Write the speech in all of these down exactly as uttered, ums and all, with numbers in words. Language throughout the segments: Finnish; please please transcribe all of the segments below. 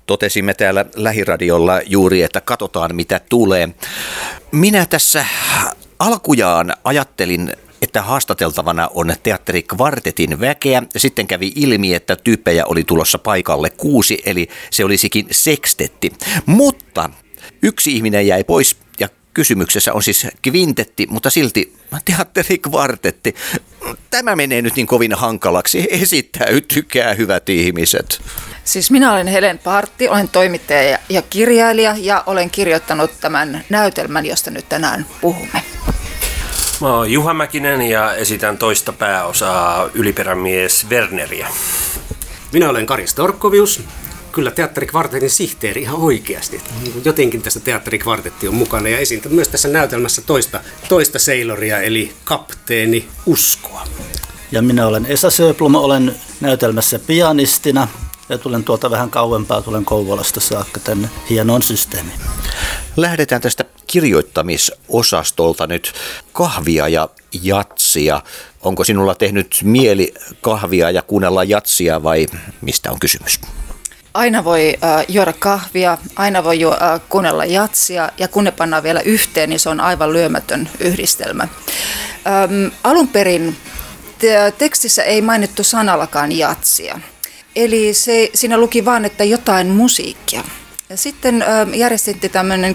Totesimme täällä lähiradiolla juuri, että katsotaan mitä tulee. Minä tässä alkujaan ajattelin, että haastateltavana on teatterikvartetin väkeä. Sitten kävi ilmi, että tyyppejä oli tulossa paikalle kuusi, eli se olisikin sekstetti. Mutta yksi ihminen jäi pois ja kysymyksessä on siis kvintetti, mutta silti teatterikvartetti. Tämä menee nyt niin kovin hankalaksi. Esittäytykää, hyvät ihmiset. Siis minä olen Helen Partti, olen toimittaja ja kirjailija ja olen kirjoittanut tämän näytelmän, josta nyt tänään puhumme. Mä oon Juha Mäkinen ja esitän toista pääosaa yliperämies Werneriä. Minä olen Kari Storkkovius. Kyllä teatterikvartetin sihteeri ihan oikeasti. Jotenkin tässä teatterikvartetti on mukana ja esitän myös tässä näytelmässä toista, toista seiloria eli kapteeni Uskoa. Ja minä olen Esa Söblom, olen näytelmässä pianistina ja tulen tuolta vähän kauempaa, tulen Kouvolasta saakka tänne hienoon systeemiin. Lähdetään tästä kirjoittamisosastolta nyt. Kahvia ja jatsia. Onko sinulla tehnyt mieli kahvia ja kuunnella jatsia vai mistä on kysymys? Aina voi äh, juoda kahvia, aina voi ju- äh, kuunnella jatsia ja kun ne pannaan vielä yhteen, niin se on aivan lyömätön yhdistelmä. Ähm, alun perin te- tekstissä ei mainittu sanallakaan jatsia. Eli se, siinä luki vaan, että jotain musiikkia. Ja sitten äh, järjestettiin tämmöinen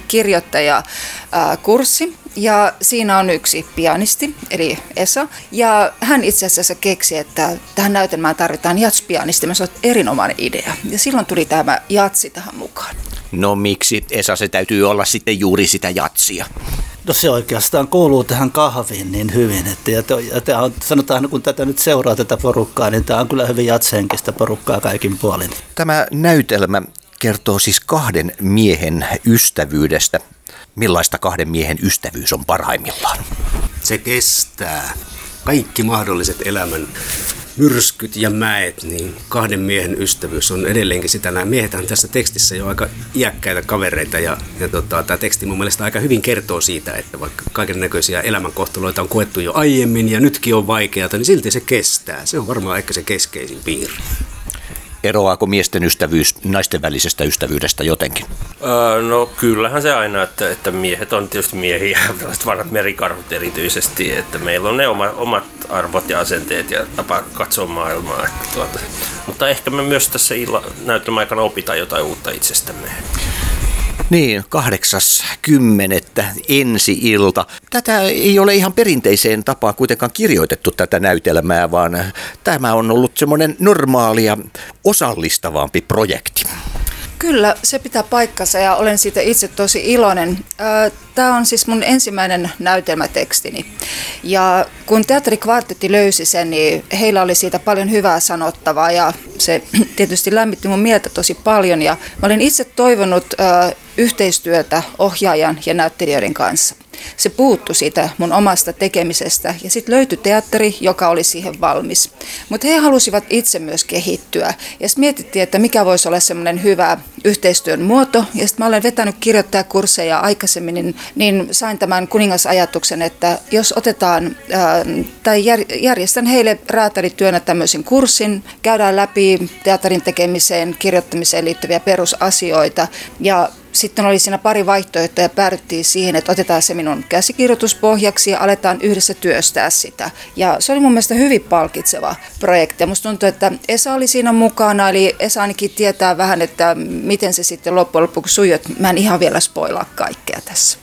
kirjoittajakurssi ja siinä on yksi pianisti, eli Esa. Ja hän itse asiassa keksi, että tähän näytelmään tarvitaan jatspianisti. Mä sanoin, että erinomainen idea. Ja silloin tuli tämä jatsi tähän mukaan. No miksi, Esa, se täytyy olla sitten juuri sitä jatsia? No se oikeastaan kuuluu tähän kahviin niin hyvin, että ja to, ja tämä on, sanotaan, kun tätä nyt seuraa tätä porukkaa, niin tämä on kyllä hyvin jatshenkistä porukkaa kaikin puolin. Tämä näytelmä kertoo siis kahden miehen ystävyydestä. Millaista kahden miehen ystävyys on parhaimmillaan? Se kestää kaikki mahdolliset elämän myrskyt ja mäet, niin kahden miehen ystävyys on edelleenkin sitä. Nämä miehethän tässä tekstissä jo aika iäkkäitä kavereita ja, ja tota, tämä teksti mun mielestä aika hyvin kertoo siitä, että vaikka kaiken näköisiä elämänkohtaloita on koettu jo aiemmin ja nytkin on vaikeata, niin silti se kestää. Se on varmaan ehkä se keskeisin piirre. Eroaako miesten ystävyys naisten välisestä ystävyydestä jotenkin? Öö, no kyllähän se aina, että, että miehet on tietysti miehiä, tällaiset vanhat merikarhut erityisesti, että meillä on ne oma, omat arvot ja asenteet ja tapa katsoa maailmaa. Että tuota, mutta ehkä me myös tässä illa, näytelmän aikana opitaan jotain uutta itsestämme. Niin, kahdeksas kymmenettä ensi-ilta. Tätä ei ole ihan perinteiseen tapaan kuitenkaan kirjoitettu tätä näytelmää, vaan tämä on ollut semmoinen normaali ja osallistavampi projekti. Kyllä, se pitää paikkansa ja olen siitä itse tosi iloinen. Tämä on siis mun ensimmäinen näytelmätekstini. Ja kun teatterikvartetti löysi sen, niin heillä oli siitä paljon hyvää sanottavaa ja se tietysti lämmitti mun mieltä tosi paljon. Ja mä olin itse toivonut yhteistyötä ohjaajan ja näyttelijöiden kanssa. Se puuttui siitä mun omasta tekemisestä ja sitten löytyi teatteri, joka oli siihen valmis. Mutta he halusivat itse myös kehittyä ja sitten mietittiin, että mikä voisi olla semmoinen hyvä yhteistyön muoto. Ja sitten mä olen vetänyt kirjoittajakursseja aikaisemmin, niin, niin sain tämän kuningasajatuksen, että jos otetaan ää, tai järjestän heille räätälityönä tämmöisen kurssin, käydään läpi teatterin tekemiseen, kirjoittamiseen liittyviä perusasioita ja sitten oli siinä pari vaihtoehtoa ja päädyttiin siihen, että otetaan se minun käsikirjoituspohjaksi ja aletaan yhdessä työstää sitä. Ja se oli mun mielestä hyvin palkitseva projekti. Ja musta tuntuu, että Esa oli siinä mukana, eli Esa ainakin tietää vähän, että miten se sitten loppujen lopuksi sujuu. Mä en ihan vielä spoilaa kaikkea tässä.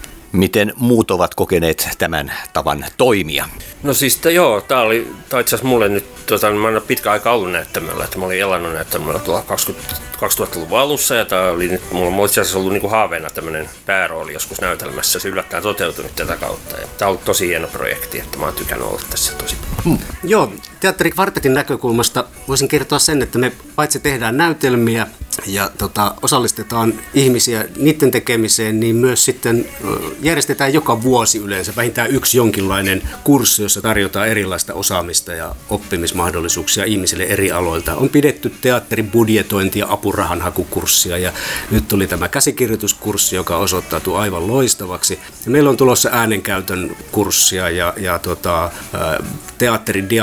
Miten muut ovat kokeneet tämän tavan toimia? No siis joo, tämä oli tää itse asiassa mulle nyt, tota, mä en pitkä aika ollut näyttämällä, että mä olin elannut näyttämällä tuolla kaksituhattaluvun alussa ja tämä oli nyt, mulla on itse asiassa ollut niinku haaveena tämmöinen päärooli joskus näytelmässä, se yllättäen toteutunut tätä kautta ja tämä on ollut tosi hieno projekti, että mä oon tykännyt olla tässä tosi paljon. Hmm. Joo, teatterikvartetin näkökulmasta voisin kertoa sen, että me paitsi tehdään näytelmiä ja tota, osallistetaan ihmisiä niiden tekemiseen, niin myös sitten järjestetään joka vuosi yleensä vähintään yksi jonkinlainen kurssi, jossa tarjotaan erilaista osaamista ja oppimismahdollisuuksia ihmisille eri aloilta. On pidetty teatterin budjetointi- ja apurahanhakukurssia ja nyt tuli tämä käsikirjoituskurssi, joka osoittautui aivan loistavaksi. Ja meillä on tulossa äänenkäytön kurssia ja, ja tota, teatterin dialogi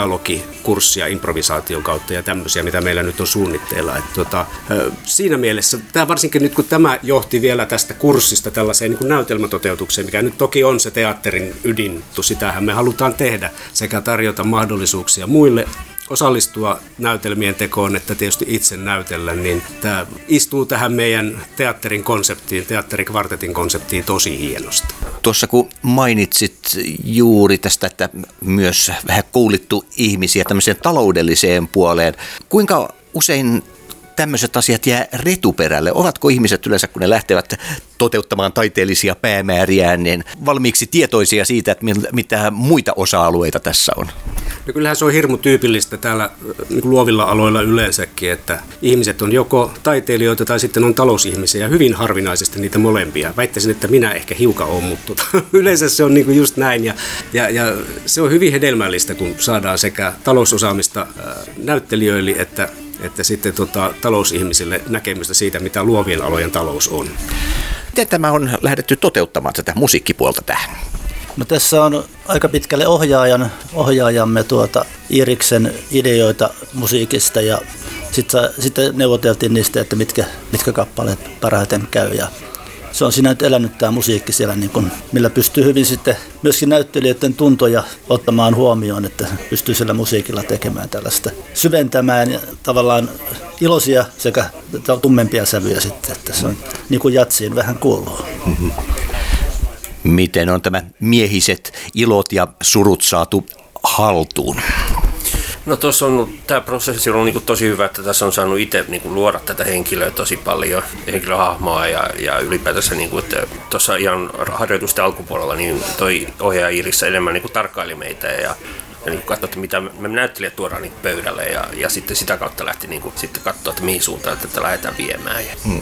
kurssia improvisaation kautta ja tämmöisiä, mitä meillä nyt on suunnitteilla. Et tota, siinä mielessä, tämä varsinkin nyt kun tämä johti vielä tästä kurssista tällaiseen niin kuin näytelmätoteutukseen, mikä nyt toki on se teatterin ydin, sitähän me halutaan tehdä sekä tarjota mahdollisuuksia muille osallistua näytelmien tekoon, että tietysti itse näytellä, niin tämä istuu tähän meidän teatterin konseptiin, teatterikvartetin konseptiin tosi hienosti. Tuossa kun mainitsit juuri tästä, että myös vähän koulittu ihmisiä tämmöiseen taloudelliseen puoleen, kuinka usein tämmöiset asiat jää retuperälle? Ovatko ihmiset yleensä, kun ne lähtevät toteuttamaan taiteellisia päämääriään, niin valmiiksi tietoisia siitä, että mitä muita osa-alueita tässä on? No kyllähän se on hirmu tyypillistä täällä niin kuin luovilla aloilla yleensäkin, että ihmiset on joko taiteilijoita tai sitten on talousihmisiä ja hyvin harvinaisesti niitä molempia. Väittäisin, että minä ehkä hiukan olen, mutta tota, yleensä se on niin kuin just näin ja, ja, ja se on hyvin hedelmällistä, kun saadaan sekä talousosaamista näyttelijöille että että sitten tota, talousihmisille näkemystä siitä, mitä luovien alojen talous on. Miten tämä on lähdetty toteuttamaan tätä musiikkipuolta tähän? No tässä on aika pitkälle ohjaajan, ohjaajamme tuota Iiriksen ideoita musiikista ja sitten sit neuvoteltiin niistä, että mitkä, mitkä kappaleet parhaiten käy. Ja se on siinä nyt elänyt tämä musiikki siellä, niin kun, millä pystyy hyvin sitten myöskin näyttelijöiden tuntoja ottamaan huomioon, että pystyy sillä musiikilla tekemään tällaista syventämään ja tavallaan iloisia sekä tummempia sävyjä sitten, että se on niin kuin jatsiin vähän kuuluu. Mm-hmm. Miten on tämä miehiset ilot ja surut saatu haltuun? No tuossa on, tämä prosessi on niin tosi hyvä, että tässä on saanut itse niin luoda tätä henkilöä tosi paljon, henkilöhahmoa ja, ja ylipäätänsä, niin kuin, että tuossa ihan harjoitusten alkupuolella niin toi ohjaaja Iirissä enemmän niin tarkkaili meitä ja, ja niin katsoi, että mitä me näyttelijät tuodaan niin pöydälle ja, ja sitten sitä kautta lähti niin kuin, sitten katsoa, että mihin suuntaan tätä lähdetään viemään. Mm.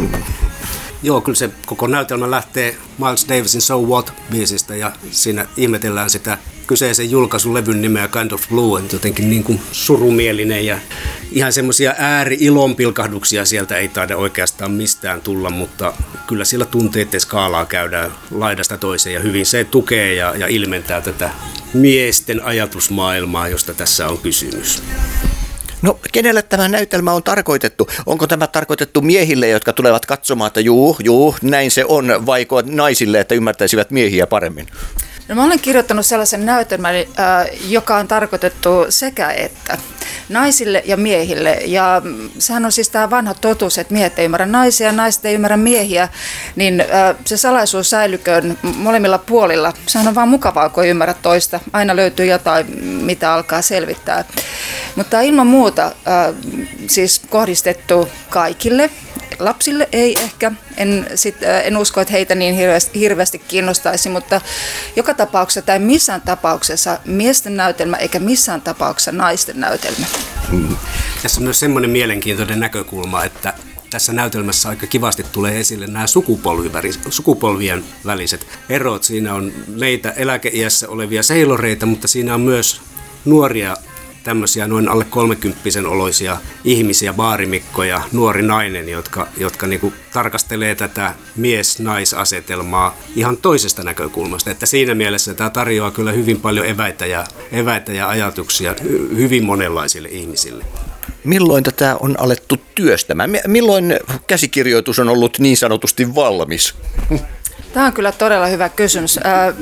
Joo, kyllä se koko näytelmä lähtee Miles Davisin So What-biisistä ja siinä ihmetellään sitä kyseisen julkaisun levyn nimeä Kind of Blue, jotenkin niin kuin surumielinen ja ihan semmoisia ääri-ilonpilkahduksia sieltä ei taida oikeastaan mistään tulla, mutta kyllä sillä tunteiden skaalaa käydään laidasta toiseen ja hyvin se tukee ja, ja ilmentää tätä miesten ajatusmaailmaa, josta tässä on kysymys. No, kenelle tämä näytelmä on tarkoitettu? Onko tämä tarkoitettu miehille, jotka tulevat katsomaan, että juu, juu, näin se on, vaiko naisille, että ymmärtäisivät miehiä paremmin? No, mä olen kirjoittanut sellaisen näytelmän, äh, joka on tarkoitettu sekä että naisille ja miehille. Ja sehän on siis tämä vanha totuus, että miehet ei ymmärrä naisia ja naiset ei ymmärrä miehiä, niin äh, se salaisuus säilyköön molemmilla puolilla. Sehän on vaan mukavaa, kun ei ymmärrä toista. Aina löytyy jotain, mitä alkaa selvittää. Mutta ilman muuta äh, siis kohdistettu kaikille. Lapsille ei ehkä, en, sit, en usko, että heitä niin hirveästi, hirveästi kiinnostaisi, mutta joka tapauksessa tai missään tapauksessa miesten näytelmä eikä missään tapauksessa naisten näytelmä. Mm. Tässä on myös semmoinen mielenkiintoinen näkökulma, että tässä näytelmässä aika kivasti tulee esille nämä sukupolvien väliset erot. Siinä on meitä eläkeiässä olevia seiloreita, mutta siinä on myös nuoria tämmöisiä noin alle kolmekymppisen oloisia ihmisiä, baarimikkoja, nuori nainen, jotka, jotka niinku tarkastelee tätä mies-naisasetelmaa ihan toisesta näkökulmasta. Että siinä mielessä tämä tarjoaa kyllä hyvin paljon eväitä ja, eväitä ja ajatuksia hyvin monenlaisille ihmisille. Milloin tätä on alettu työstämään? Milloin käsikirjoitus on ollut niin sanotusti valmis? Tämä on kyllä todella hyvä kysymys.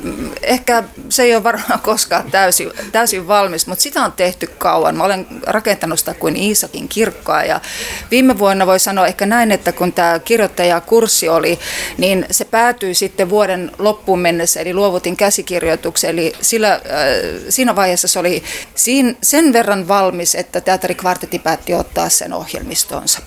Ehkä se ei ole varmaan koskaan täysin, täysin valmis, mutta sitä on tehty kauan. Mä olen rakentanut sitä kuin Iisakin kirkkoa ja viime vuonna voi sanoa ehkä näin, että kun tämä kirjoittajakurssi oli, niin se päätyi sitten vuoden loppuun mennessä, eli luovutin käsikirjoituksen. Eli sillä, siinä vaiheessa se oli sen verran valmis, että teatterikvartetti päätti ottaa sen ohjelmistonsa.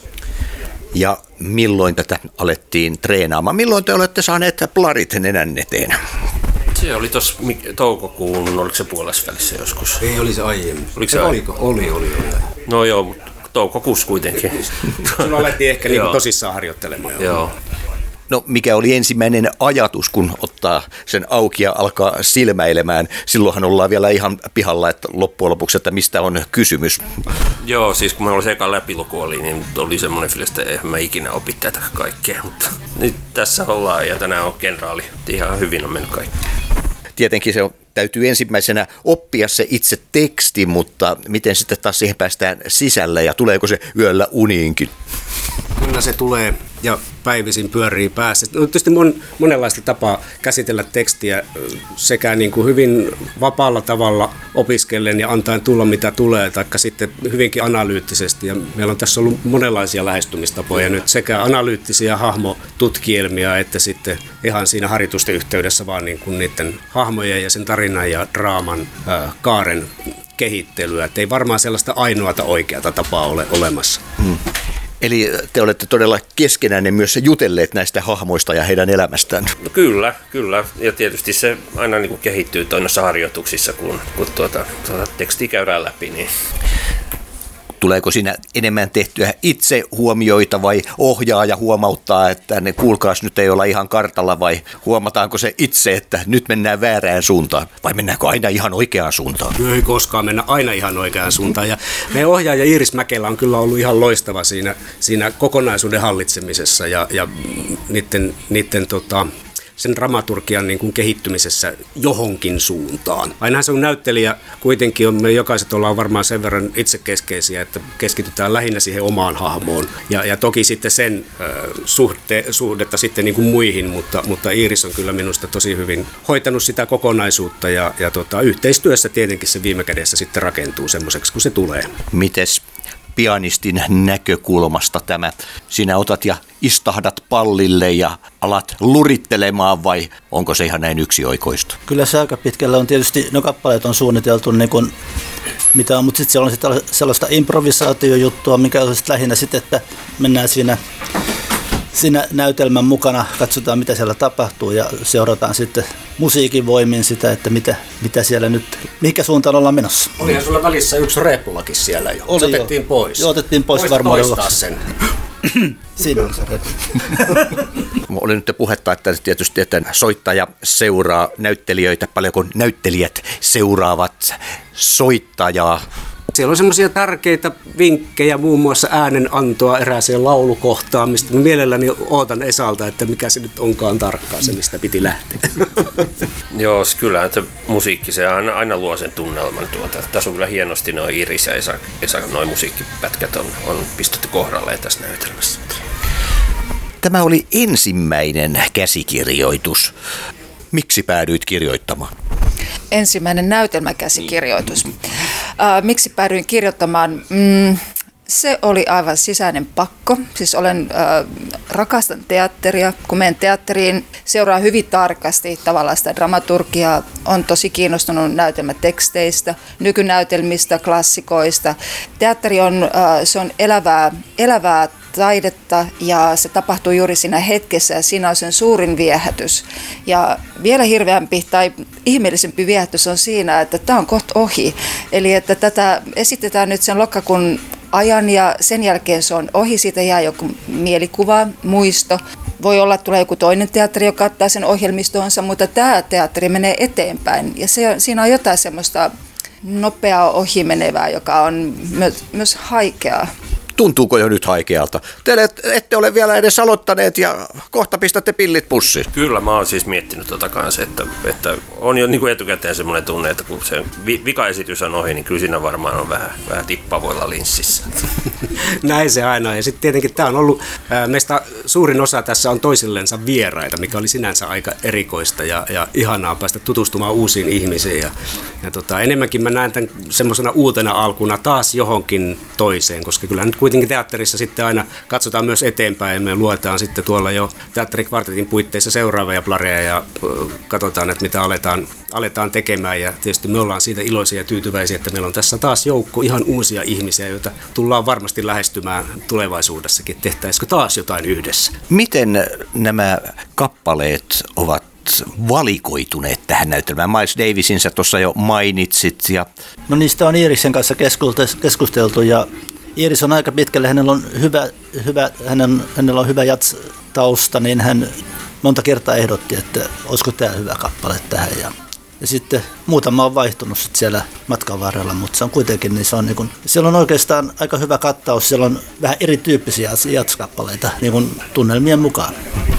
Ja milloin tätä alettiin treenaamaan? Milloin te olette saaneet plarit nenän eteen? Se oli tuossa toukokuun, oliko se puolesvälissä joskus? Ei, oli se aiemmin. Oliko se Oliko? Oli, oli, oli. No joo, mutta toukokuussa kuitenkin. Silloin alettiin ehkä niinku tosissaan harjoittelemaan. Joo. No, mikä oli ensimmäinen ajatus, kun ottaa sen auki ja alkaa silmäilemään? Silloinhan ollaan vielä ihan pihalla, että loppujen lopuksi, että mistä on kysymys. Joo, siis kun meillä oli se eka läpiluku oli, niin oli semmoinen fiilis, että eihän mä ikinä opi tätä kaikkea. Mutta nyt tässä ollaan ja tänään on kenraali. Ihan hyvin on mennyt kaikki. Tietenkin se on täytyy ensimmäisenä oppia se itse teksti, mutta miten sitten taas siihen päästään sisälle ja tuleeko se yöllä uniinkin? Kyllä se tulee ja päivisin pyörii päässä. No, tietysti mon, monenlaista tapaa käsitellä tekstiä sekä niin kuin hyvin vapaalla tavalla opiskellen ja antaen tulla mitä tulee, taikka sitten hyvinkin analyyttisesti. Ja meillä on tässä ollut monenlaisia lähestymistapoja nyt, sekä analyyttisiä hahmotutkielmia että sitten ihan siinä harjoitusten yhteydessä vaan niin kuin niiden hahmojen ja sen tarinan ja draaman ää, kaaren kehittelyä. Et ei varmaan sellaista ainoata oikeata tapaa ole olemassa. Hmm. Eli te olette todella keskenään myös jutelleet näistä hahmoista ja heidän elämästään. No kyllä, kyllä. Ja tietysti se aina niin kuin kehittyy noissa harjoituksissa, kun, kun tuota, tuota tekstiä käydään läpi. Niin. Tuleeko siinä enemmän tehtyä itse huomioita vai ohjaaja huomauttaa, että ne kuulkaas nyt ei olla ihan kartalla, vai huomataanko se itse, että nyt mennään väärään suuntaan vai mennäänkö aina ihan oikeaan suuntaan? Ei koskaan mennä aina ihan oikeaan suuntaan. Ja meidän ohjaaja Iiris Mäkelä on kyllä ollut ihan loistava siinä, siinä kokonaisuuden hallitsemisessa ja, ja niiden, niiden tota, sen dramaturgian niin kuin kehittymisessä johonkin suuntaan. Ainahan se on näyttelijä, kuitenkin on, me jokaiset ollaan varmaan sen verran itsekeskeisiä, että keskitytään lähinnä siihen omaan hahmoon. Ja, ja toki sitten sen äh, suhte, suhdetta sitten niin kuin muihin, mutta, mutta Iiris on kyllä minusta tosi hyvin hoitanut sitä kokonaisuutta ja, ja tota, yhteistyössä tietenkin se viime kädessä sitten rakentuu semmoiseksi, kun se tulee. Mites pianistin näkökulmasta tämä? Sinä otat ja istahdat pallille ja alat lurittelemaan vai onko se ihan näin yksioikoista? Kyllä se aika pitkällä on tietysti, no kappaleet on suunniteltu niin kuin mitä on, mutta sitten siellä on sitten sellaista improvisaatiojuttua, mikä on sitten lähinnä sitten, että mennään siinä, siinä näytelmän mukana, katsotaan mitä siellä tapahtuu ja seurataan sitten musiikin voimin sitä, että mitä, mitä siellä nyt, mihinkä suuntaan ollaan menossa. Olihan sulla välissä yksi replulakin siellä jo. Oli otettiin jo. pois. Joo, otettiin pois varmaan. Voisi toistaa sen. Siinä on se reppu. Oli nyt puhetta, että tietysti että soittaja seuraa näyttelijöitä, paljonko näyttelijät seuraavat soittajaa. Siellä on semmoisia tärkeitä vinkkejä, muun muassa äänenantoa erääseen laulukohtaan, mistä mielelläni ootan Esalta, että mikä se nyt onkaan tarkkaan se, mistä piti lähteä. Joo, kyllä, että musiikki se aina, aina luo sen tunnelman. Tuota. Tässä on kyllä hienosti noin Iiris ja Esa, Esa noin musiikkipätkät on, on pistetty kohdalleen tässä näytelmässä. Tämä oli ensimmäinen käsikirjoitus. Miksi päädyit kirjoittamaan? Ensimmäinen näytelmäkäsikirjoitus. Äh, miksi päädyin kirjoittamaan? Mm, se oli aivan sisäinen pakko. Siis olen, äh, rakastan teatteria. Kun menen teatteriin, seuraa hyvin tarkasti tavallaan sitä dramaturgiaa. On tosi kiinnostunut näytelmäteksteistä, nykynäytelmistä, klassikoista. Teatteri on, äh, se on elävää, elävää taidetta ja se tapahtuu juuri siinä hetkessä ja siinä on sen suurin viehätys. Ja vielä hirveämpi tai ihmeellisempi viehätys on siinä, että tämä on kohta ohi. Eli että tätä esitetään nyt sen lokakuun ajan ja sen jälkeen se on ohi, siitä jää joku mielikuva, muisto. Voi olla, että tulee joku toinen teatteri, joka ottaa sen ohjelmistoonsa, mutta tämä teatteri menee eteenpäin ja se, siinä on jotain semmoista nopeaa ohimenevää, joka on myös, myös haikeaa. Tuntuuko jo nyt haikealta? Te ette ole vielä edes aloittaneet ja kohta pistätte pillit pussiin. Kyllä, mä oon siis miettinyt tota kanssa, että, että on jo niin kuin etukäteen semmoinen tunne, että kun se vikaesitys on ohi, niin kyllä siinä varmaan on vähän, vähän tippavoilla linssissä. Näin se aina on. Ja sitten tietenkin tämä on ollut, ää, meistä suurin osa tässä on toisillensa vieraita, mikä oli sinänsä aika erikoista ja, ja ihanaa päästä tutustumaan uusiin ihmisiin. Ja, ja tota, enemmänkin mä näen tämän semmoisena uutena alkuna taas johonkin toiseen, koska kyllä nyt kuitenkin teatterissa sitten aina katsotaan myös eteenpäin ja me luetaan sitten tuolla jo teatterikvartetin puitteissa seuraavia plareja ja katsotaan, että mitä aletaan, aletaan tekemään ja tietysti me ollaan siitä iloisia ja tyytyväisiä, että meillä on tässä taas joukko ihan uusia ihmisiä, joita tullaan varmasti lähestymään tulevaisuudessakin, tehtäisikö taas jotain yhdessä. Miten nämä kappaleet ovat valikoituneet tähän näytelmään? Miles Davisin sä tuossa jo mainitsit. Ja... No niistä on Iiriksen kanssa keskusteltu ja Iiris on aika pitkälle, hänellä on hyvä, hyvä, hänen, hänellä on hyvä jats-tausta, niin hän monta kertaa ehdotti, että olisiko tämä hyvä kappale tähän. Ja, ja sitten muutama on vaihtunut sit siellä matkan varrella, mutta se on kuitenkin, niin se on, niin kun, siellä on oikeastaan aika hyvä kattaus, siellä on vähän erityyppisiä jats-kappaleita niin kun tunnelmien mukaan.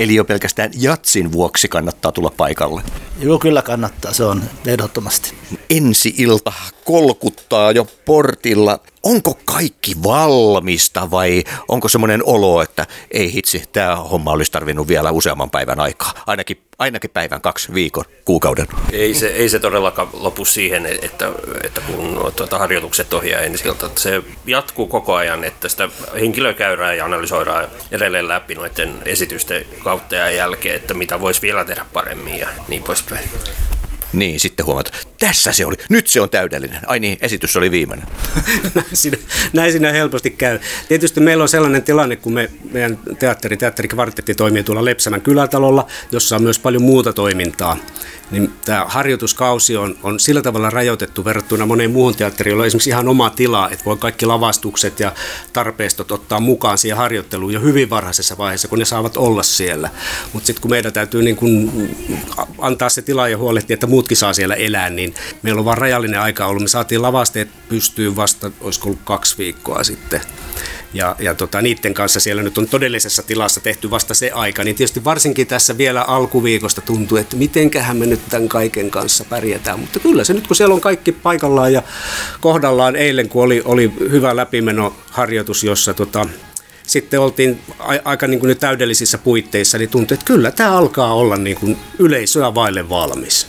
Eli jo pelkästään jatsin vuoksi kannattaa tulla paikalle. Joo, kyllä kannattaa, se on ehdottomasti. Ensi ilta kolkuttaa jo portilla. Onko kaikki valmista vai onko semmoinen olo, että ei hitsi, tämä homma olisi tarvinnut vielä useamman päivän aikaa? Ainakin, ainakin päivän, kaksi, viikon, kuukauden. Ei se, ei se todellakaan lopu siihen, että, että kun tuota, harjoitukset ohjaa ensi ilta. Se jatkuu koko ajan, että sitä henkilöä käydään ja analysoidaan edelleen läpi noiden esitysten kautta ja jälkeen, että mitä voisi vielä tehdä paremmin ja niin poispäin. Niin, sitten huomata, tässä se oli, nyt se on täydellinen. Ai niin, esitys oli viimeinen. näin, siinä, näin siinä helposti käy. Tietysti meillä on sellainen tilanne, kun me, meidän teatteri, teatterikvartetti toimii tuolla Lepsämän kylätalolla, jossa on myös paljon muuta toimintaa. Niin tämä harjoituskausi on, on sillä tavalla rajoitettu verrattuna moneen muuhun teatteriin, jolla on esimerkiksi ihan oma tila, että voi kaikki lavastukset ja tarpeistot ottaa mukaan siihen harjoitteluun jo hyvin varhaisessa vaiheessa, kun ne saavat olla siellä. Mutta sitten kun meidän täytyy niin kun antaa se tila ja huolehtia, että muutkin saa siellä elää, niin meillä on vaan rajallinen aika ollut. Me saatiin lavasteet pystyyn vasta, olisiko ollut kaksi viikkoa sitten. Ja, ja tota, niiden kanssa siellä nyt on todellisessa tilassa tehty vasta se aika, niin tietysti varsinkin tässä vielä alkuviikosta tuntuu, että mitenköhän me nyt tämän kaiken kanssa pärjätään. Mutta kyllä se nyt, kun siellä on kaikki paikallaan ja kohdallaan eilen, kun oli, oli hyvä läpimenoharjoitus, jossa tota, sitten oltiin a, aika niin kuin nyt täydellisissä puitteissa, niin tuntui, että kyllä tämä alkaa olla niin kuin yleisöä vaille valmis.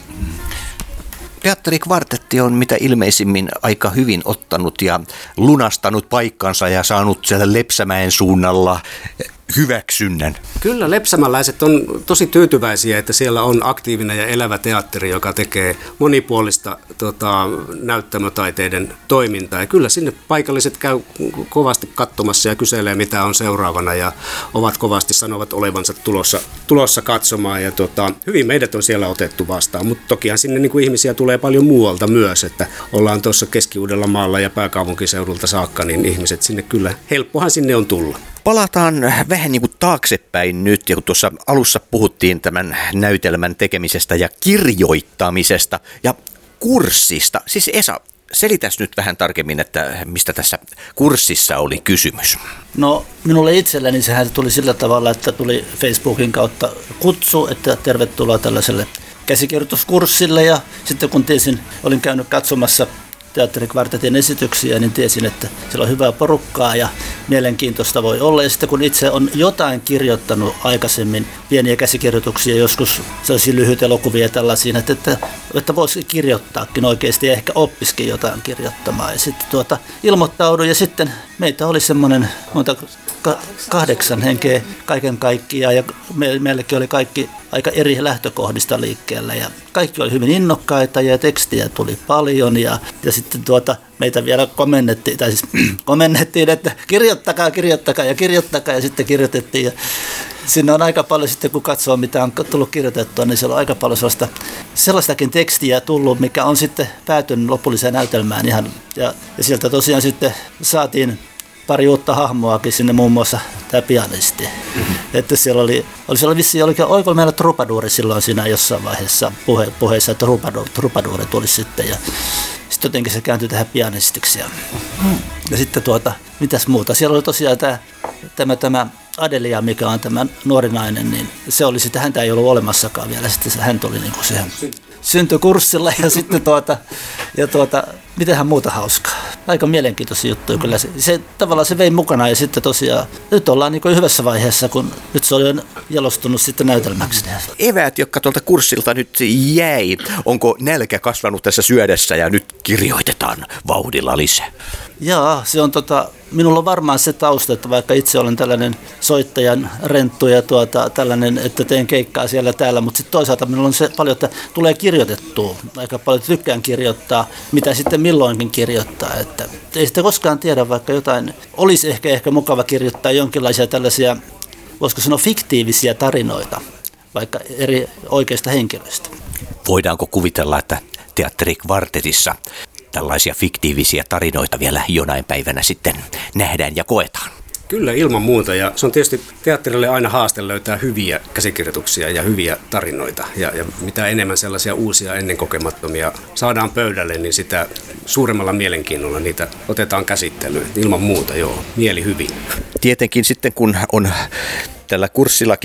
Teatterikvartetti on mitä ilmeisimmin aika hyvin ottanut ja lunastanut paikkansa ja saanut siellä Lepsämäen suunnalla hyväksynnän. Kyllä, lepsämäläiset on tosi tyytyväisiä, että siellä on aktiivinen ja elävä teatteri, joka tekee monipuolista tota, näyttämötaiteiden toimintaa. Ja kyllä sinne paikalliset käy kovasti katsomassa ja kyselee, mitä on seuraavana, ja ovat kovasti sanovat olevansa tulossa, tulossa katsomaan. Ja tota, hyvin meidät on siellä otettu vastaan, mutta tokihan sinne niin kuin ihmisiä tulee paljon muualta myös, että ollaan tuossa Keski-Uudellamaalla ja pääkaupunkiseudulta saakka, niin ihmiset sinne kyllä, helppohan sinne on tulla. Palataan vähän niin kuin taaksepäin nyt, ja kun tuossa alussa puhuttiin tämän näytelmän tekemisestä ja kirjoittamisesta ja kurssista. Siis Esa, selitäs nyt vähän tarkemmin, että mistä tässä kurssissa oli kysymys. No minulle itselleni sehän tuli sillä tavalla, että tuli Facebookin kautta kutsu, että tervetuloa tällaiselle käsikirjoituskurssille, ja sitten kun tiesin, olin käynyt katsomassa teatterikvartetin esityksiä, niin tiesin, että siellä on hyvää porukkaa ja mielenkiintoista voi olla. Ja sitten kun itse on jotain kirjoittanut aikaisemmin, pieniä käsikirjoituksia, joskus sellaisia lyhyitä elokuvia tällaisia, että, että, että voisi kirjoittaakin oikeasti ja ehkä oppisikin jotain kirjoittamaan. Ja sitten tuota, ilmoittauduin ja sitten meitä oli semmoinen monta kahdeksan henkeä kaiken kaikkiaan, ja me, meilläkin oli kaikki aika eri lähtökohdista liikkeellä, ja kaikki oli hyvin innokkaita ja tekstiä tuli paljon, ja, ja sitten tuota, meitä vielä komennettiin, tai siis komennettiin, että kirjoittakaa, kirjoittakaa ja kirjoittakaa, ja sitten kirjoitettiin, ja sinne on aika paljon sitten, kun katsoo mitä on tullut kirjoitettua, niin siellä on aika paljon sellaista, sellaistakin tekstiä tullut, mikä on sitten päätynyt lopulliseen näytelmään ihan, ja, ja sieltä tosiaan sitten saatiin pari uutta hahmoakin sinne, muun muassa tämä pianisti. Mm-hmm. Että siellä oli, oli siellä vissiin, oliko, oliko meillä trupaduuri silloin siinä jossain vaiheessa puhe, puheessa, että trupaduuri, trupaduuri tuli sitten, ja sitten jotenkin se kääntyi tähän pianistiksi. Ja, mm. ja sitten tuota, mitäs muuta, siellä oli tosiaan tämä, tämä, tämä Adelia, mikä on tämä nuori nainen, niin se oli sitten, häntä ei ollut olemassakaan vielä, sitten se, hän tuli niin kuin siihen syntykurssilla, ja sitten tuota, ja tuota, mitähän muuta hauskaa. Aika mielenkiintoisia juttuja kyllä. Se, se, tavallaan se vei mukana, ja sitten tosiaan nyt ollaan niin kuin hyvässä vaiheessa, kun nyt se oli jalostunut sitten näytelmäksi. Eväät, jotka tuolta kurssilta nyt jäi, onko nälkä kasvanut tässä syödessä ja nyt kirjoitetaan vauhdilla lisää? Jaa, se on tota, minulla on varmaan se tausta, että vaikka itse olen tällainen soittajan renttu ja tuota, tällainen, että teen keikkaa siellä täällä, mutta sitten toisaalta minulla on se paljon, että tulee kirjoitettua. Aika paljon tykkään kirjoittaa, mitä sitten milloinkin kirjoittaa. Että ei sitä koskaan tiedä, vaikka jotain olisi ehkä, ehkä mukava kirjoittaa jonkinlaisia tällaisia, voisiko sanoa fiktiivisiä tarinoita, vaikka eri oikeista henkilöistä. Voidaanko kuvitella, että teatterikvartetissa tällaisia fiktiivisiä tarinoita vielä jonain päivänä sitten nähdään ja koetaan? Kyllä, ilman muuta. Ja se on tietysti teatterille aina haaste löytää hyviä käsikirjoituksia ja hyviä tarinoita. Ja, ja mitä enemmän sellaisia uusia ennenkokemattomia saadaan pöydälle, niin sitä suuremmalla mielenkiinnolla niitä otetaan käsittelyyn. Ilman muuta, joo. Mieli hyvin. Tietenkin sitten, kun on tällä kurssillakin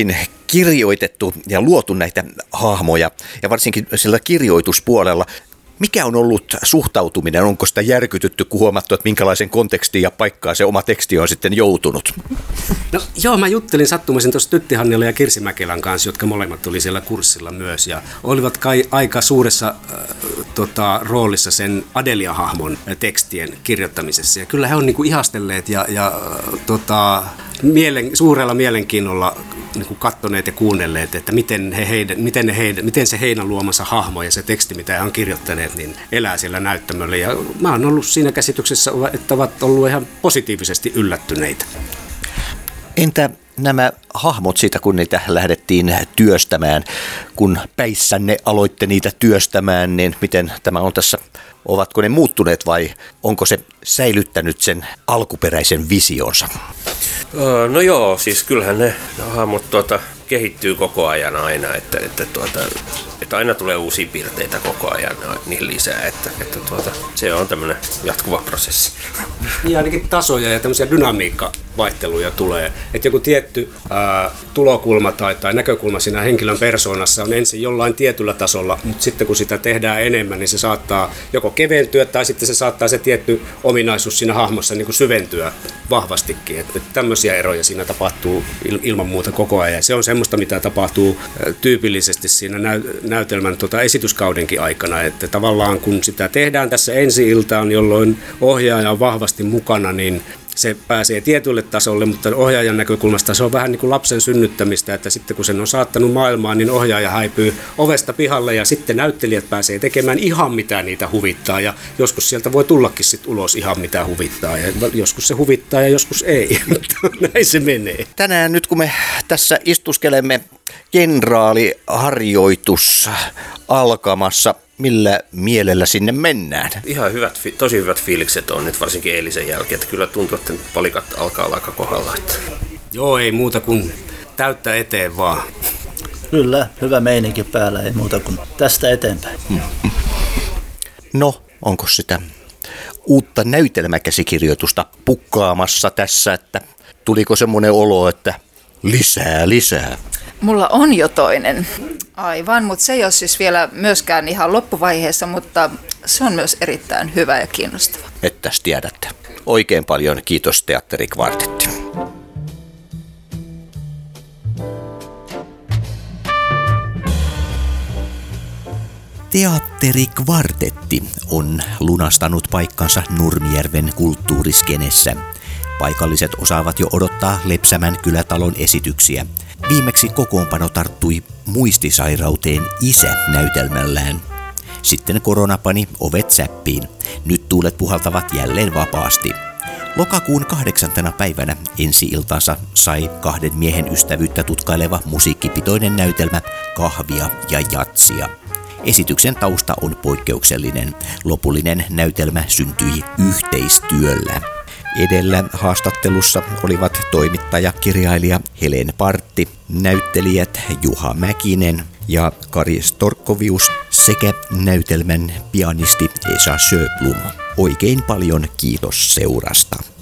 kirjoitettu ja luotu näitä hahmoja, ja varsinkin sillä kirjoituspuolella. Mikä on ollut suhtautuminen? Onko sitä järkytytty, kun huomattu, että minkälaisen kontekstiin ja paikkaan se oma teksti on sitten joutunut? No joo, mä juttelin sattumaisin tuossa Tytti Hannila ja Kirsi Mäkelän kanssa, jotka molemmat oli siellä kurssilla myös, ja olivat kai aika suuressa äh, tota, roolissa sen Adelia-hahmon äh, tekstien kirjoittamisessa. Ja kyllä he on niinku ihastelleet ja, ja äh, tota, mielen, suurella mielenkiinnolla niinku kattoneet ja kuunnelleet, että miten, he heidän, miten, ne heidän, miten se heidän luomansa hahmo ja se teksti, mitä he on kirjoittaneet, niin elää siellä näyttämöllä. Ja mä oon ollut siinä käsityksessä, että ovat olleet ihan positiivisesti yllättyneitä. Entä nämä hahmot siitä, kun niitä lähdettiin työstämään, kun päissänne aloitte niitä työstämään, niin miten tämä on tässä, ovatko ne muuttuneet vai onko se säilyttänyt sen alkuperäisen visionsa? No joo, siis kyllähän ne hahmot tuota, kehittyy koko ajan aina, että, että, tuota, että aina tulee uusia piirteitä koko ajan niin lisää, että, että tuota, se on tämmöinen jatkuva prosessi. Ja ainakin tasoja ja tämmöisiä dynamiikkavaihteluja tulee, että joku tietty ää, tulokulma tai, tai näkökulma siinä henkilön persoonassa on ensin jollain tietyllä tasolla, mutta sitten kun sitä tehdään enemmän, niin se saattaa joko keventyä tai sitten se saattaa se tietty ominaisuus siinä hahmossa niin kuin syventyä vahvastikin. Että, että tämmöisiä eroja siinä tapahtuu il, ilman muuta koko ajan. Se on semmoista, mitä tapahtuu ää, tyypillisesti siinä näy, näytelmän tota, esityskaudenkin aikana, että tavallaan kun sitä tehdään tässä ensi-iltaan, jolloin ohjaaja on vahvasti mukana, niin se pääsee tietylle tasolle, mutta ohjaajan näkökulmasta se on vähän niin kuin lapsen synnyttämistä, että sitten kun sen on saattanut maailmaan, niin ohjaaja häipyy ovesta pihalle ja sitten näyttelijät pääsee tekemään ihan mitä niitä huvittaa ja joskus sieltä voi tullakin sitten ulos ihan mitä huvittaa ja joskus se huvittaa ja joskus ei, näin se menee. Tänään nyt kun me tässä istuskelemme kenraaliharjoitus alkamassa, millä mielellä sinne mennään? Ihan hyvät, tosi hyvät fiilikset on nyt varsinkin eilisen jälkeen, että kyllä tuntuu, että palikat alkaa olla aika kohdalla. Joo, ei muuta kuin täyttä eteen vaan. Kyllä, hyvä meininki päällä, ei muuta kuin tästä eteenpäin. No, onko sitä uutta näytelmäkäsikirjoitusta pukkaamassa tässä, että tuliko semmoinen olo, että lisää, lisää? Mulla on jo toinen, aivan, mutta se ei ole siis vielä myöskään ihan loppuvaiheessa, mutta se on myös erittäin hyvä ja kiinnostava. Ettäs tiedätte. Oikein paljon kiitos Teatterikvartetti. Teatterikvartetti on lunastanut paikkansa Nurmijärven kulttuuriskenessä. Paikalliset osaavat jo odottaa Lepsämän kylätalon esityksiä. Viimeksi kokoonpano tarttui muistisairauteen isä näytelmällään. Sitten korona pani ovet säppiin. Nyt tuulet puhaltavat jälleen vapaasti. Lokakuun kahdeksantena päivänä ensi-iltansa sai kahden miehen ystävyyttä tutkaileva musiikkipitoinen näytelmä Kahvia ja jatsia. Esityksen tausta on poikkeuksellinen. Lopullinen näytelmä syntyi yhteistyöllä. Edellä haastattelussa olivat toimittaja, kirjailija Helen Partti, näyttelijät Juha Mäkinen ja Kari Storkkovius sekä näytelmän pianisti Esa Sjöblom. Oikein paljon kiitos seurasta.